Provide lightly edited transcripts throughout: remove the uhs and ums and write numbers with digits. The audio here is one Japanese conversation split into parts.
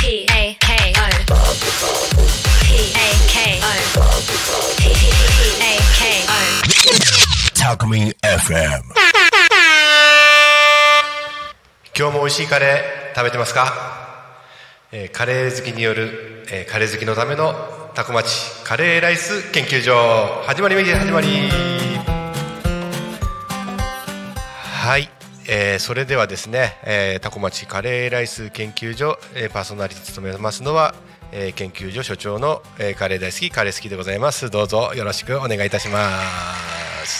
タコミン FM。 今日も美味しいカレー食べてますか？カレー好きによる、カレー好きのためのタコ町カレーライス研究所、始まり。はい、それではですね、タコ町カレーライス研究所、パーソナリティ務めますのは、研究所所長の、カレー大好きカレー好きでございます。どうぞよろしくお願いいたします。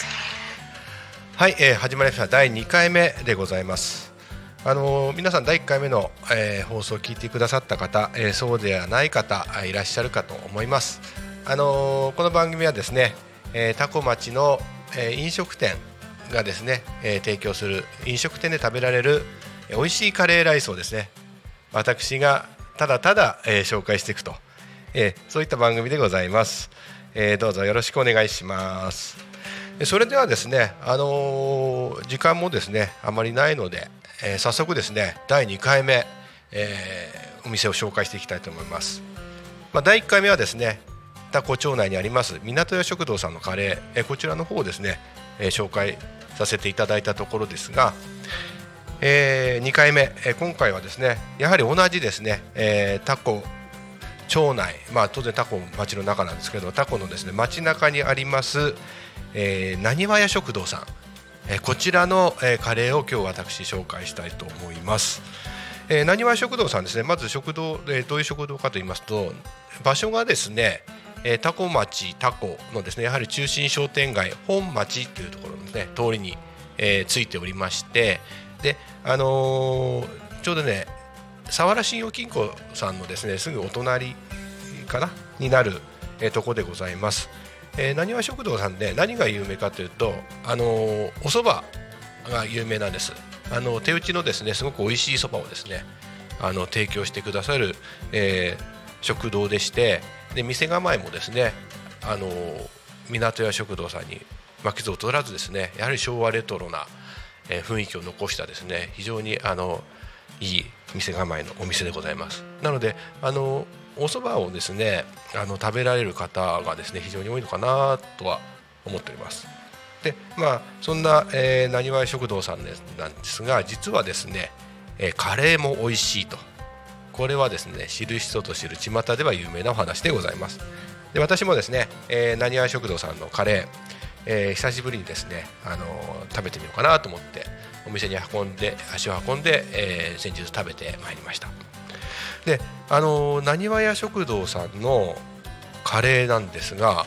はい、始まりました第2回目でございます。皆さん第1回目の、放送を聞いてくださった方、そうではない方いらっしゃるかと思います。この番組はですね、タコ町の、飲食店がですね、提供する飲食店で食べられる、美味しいカレーライスをですね、私がただただ、紹介していくと、そういった番組でございます。どうぞよろしくお願いします。それではですね、時間もですねあまりないので、早速ですね第2回目、お店を紹介していきたいと思います。第1回目はですねタコ町内にあります港屋食堂さんのカレー、こちらの方をですね、紹介させていただいたところですが、2回目、今回はですねやはり同じですね、タコ町内、当然タコ町の中なんですけど、タコのですね町中にありますなにわ屋食堂さん、こちらの、カレーを今日私紹介したいと思います。なにわ屋食堂さんですね、まず食堂、どういう食堂かと言いますと、場所がですねタコ町タコのですねやはり中心商店街本町というところのですね通りに、ついておりまして、でちょうどね佐原信用金庫さんのですねすぐお隣かなになる、ところでございます。なにわ食堂さんで何が有名かというと、お蕎麦が有名なんです。手打ちのですねすごく美味しい蕎麦をですね提供してくださる、食堂でして、で店構えもですね港屋食堂さんに負けず劣らずですね、やはり昭和レトロな、雰囲気を残したですね非常にいい店構えのお店でございます。なのでお蕎麦をですね食べられる方がですね非常に多いのかなとは思っております。でそんななにわ食堂さんなんですが、実はですね、カレーも美味しいと、これはですね知る人ぞ知る巷では有名なお話でございます。で私もですねなにわ食堂さんのカレー、久しぶりにですね食べてみようかなと思ってお店に足を運んで、先日食べてまいりました。でなにわ屋食堂さんのカレーなんですが、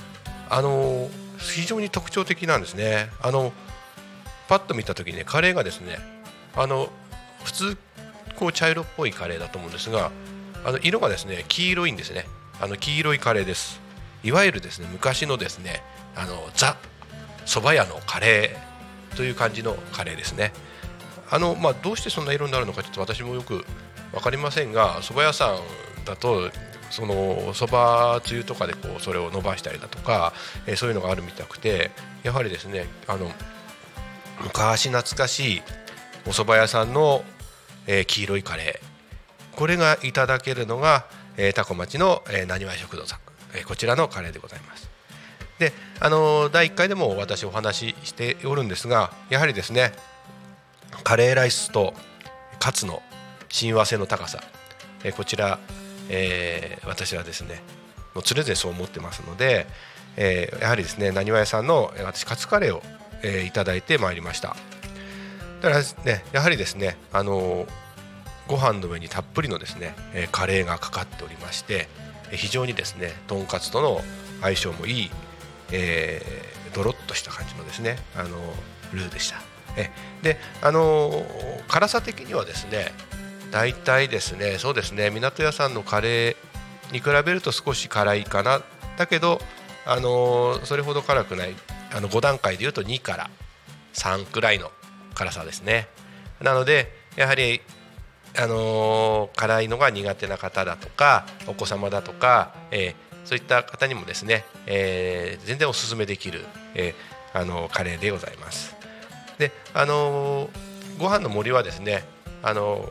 非常に特徴的なんですね。パッと見た時にねカレーがですね普通こう茶色っぽいカレーだと思うんですが、色がですね黄色いんですね。黄色いカレーです。いわゆるですね昔のですねザ蕎麦屋のカレーという感じのカレーですね。どうしてそんな色になるのかちょっと私もよく分かりませんが、蕎麦屋さんだとその蕎麦つゆとかでこうそれを伸ばしたりだとか、そういうのがあるみたくて、やはりですね昔懐かしいお蕎麦屋さんの、黄色いカレー、これがいただけるのが、タコ町の、なにわ食堂さん、こちらのカレーでございます。で第1回でも私お話ししておるんですが、やはりですねカレーライスとカツの親和性の高さ、こちら、私はですねもう常々そう思ってますので、やはりですねなにわ屋さんの私カツカレーを、いただいてまいりました。だからねやはりですねご飯の上にたっぷりのですねカレーがかかっておりまして、非常にですねとんかつとの相性もいい、ドロッとした感じのですねルーでした。で辛さ的にはですね大体ですねそうですね港屋さんのカレーに比べると少し辛いかな、だけどそれほど辛くない、5段階でいうと2から3くらいの辛さですね。なのでやはり辛いのが苦手な方だとかお子様だとか、そういった方にもですね、全然おすすめできる、カレーでございます。でご飯の盛りはですね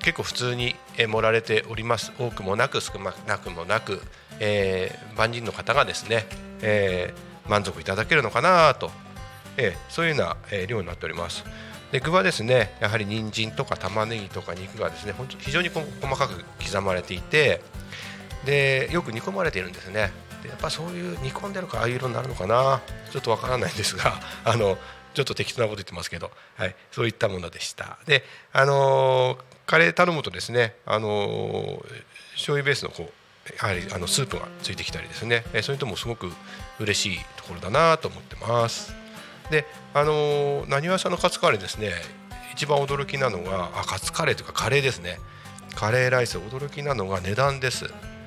結構普通に盛られております。多くもなく少なくもなく、万人の方がですね、満足いただけるのかなと、そういうような、量になっております。で具はですね、やはり人参とか玉ねぎとか肉がですね、非常に細かく刻まれていて、でよく煮込まれているんですね。でやっぱそういう煮込んでるからああいう色になるのかな、ちょっとわからないんですがちょっと適当なこと言ってますけど、はい、そういったものでした。でカレー頼むとですね、醤油ベースのやはりスープがついてきたりですね、そういうのもすごく嬉しいところだなと思ってます。でなにわさんのカツカレーですね、一番驚きなのがカツカレーというかカレーですね。カレーライス驚きなのが値段です。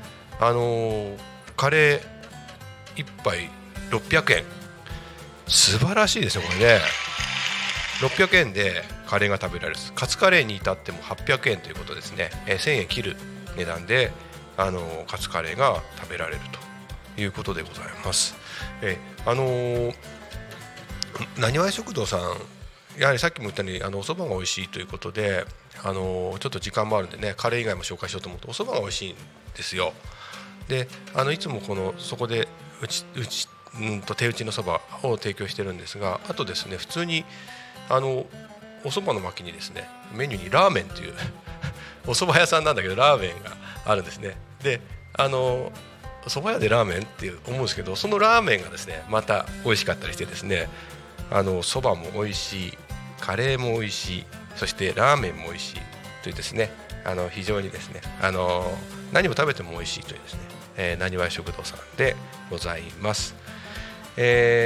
カレー1杯600円、素晴らしいですよこれね。600円でカレーが食べられる。カツカレーに至っても800円ということですね。1000円切る値段でカツカレーが食べられるということでございます。なにわ食堂さん、やはりさっきも言ったようにお蕎麦が美味しいということで、ちょっと時間もあるんでね、カレー以外も紹介しようと思うとお蕎麦が美味しいんですよ。でいつもそこで手打ちの蕎麦を提供してるんですが、あとですね、普通にお蕎麦の巻にですね、メニューにラーメンというお蕎麦屋さんなんだけどラーメンがあるんですね。で蕎麦屋でラーメンって思うんですけど、そのラーメンがですねまた美味しかったりしてですね、蕎麦も美味しい、カレーも美味しい、そしてラーメンも美味しいというですね、非常にですね、何を食べても美味しいというですね、なにわ食堂さんでございます。そ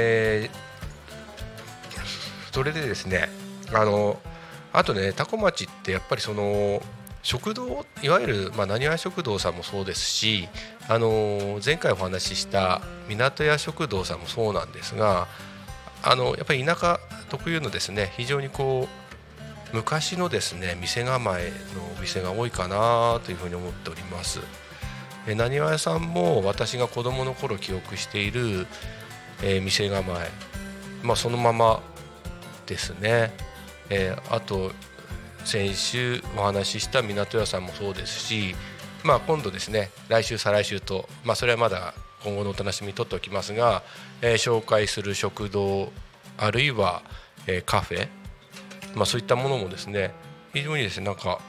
れでですね、あとね、多古町ってやっぱり食堂、いわゆるなにわ食堂さんもそうですし、前回お話しした港屋食堂さんもそうなんですが、やっぱり田舎特有のですね、非常に昔のですね店構えのお店が多いかなというふうに思っております。なにわ屋さんも私が子どもの頃記憶している、店構え、そのままですね。あと先週お話しした港屋さんもそうですし、今度ですね、来週再来週と、それはまだ今後のお楽しみにとっておきますが、紹介する食堂あるいは、カフェ、そういったものもですね、非常にですね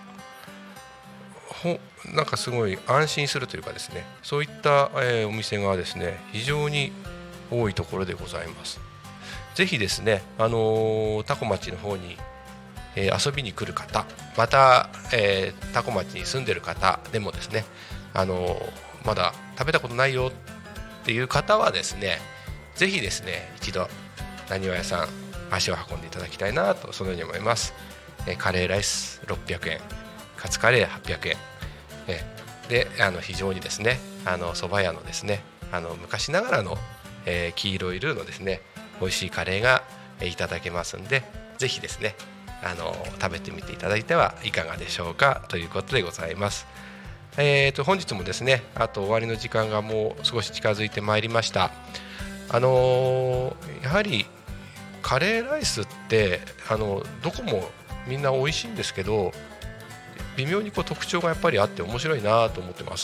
なんかすごい安心するというかですね、そういった、お店がですね非常に多いところでございます。ぜひですね、多古町の方に遊びに来る方、また、多古町に住んでる方でもですね、まだ食べたことないよっていう方はですね、ぜひですね一度なにわ屋さん足を運んでいただきたいなと、そのように思います。カレーライス600円、カツカレー800円、で非常にですね蕎麦屋のですね昔ながらの、黄色いルーのですね美味しいカレーがいただけますんで、ぜひですね食べてみていただいてはいかがでしょうかということでございます。本日もですね、あと終わりの時間がもう少し近づいてまいりました。やはりカレーライスってどこもみんな美味しいんですけど、微妙に特徴がやっぱりあって面白いなと思ってます。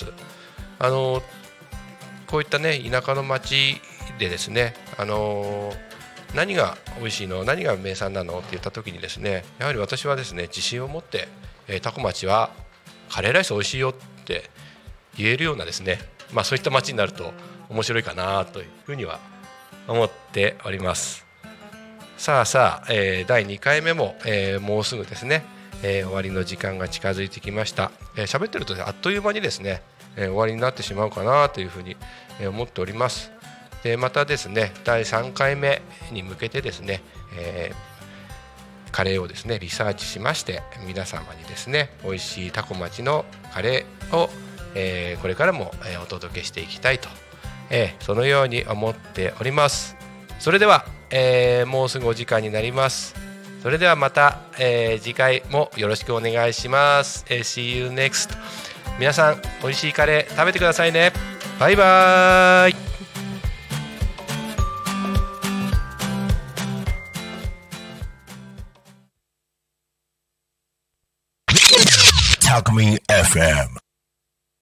こういったね田舎の町でですね、何が美味しいの、何が名産なのって言った時にですね、やはり私はですね自信を持って、多古町はカレーライス美味しいよって言えるようなですね、そういった町になると面白いかなというふうには思っております。さあ、第2回目も、もうすぐですね、終わりの時間が近づいてきました。喋ってるとあっという間にですね、終わりになってしまうかなというふうに思っております。またですね、第3回目に向けてですね、カレーをですねリサーチしまして、皆様にですね美味しい多古町のカレーを、これからも、お届けしていきたいと、そのように思っております。それでは、もうすぐお時間になります。それではまた、次回もよろしくお願いします。See you next。 皆さん美味しいカレー食べてくださいね。バイバイ。 タ Alchemy FM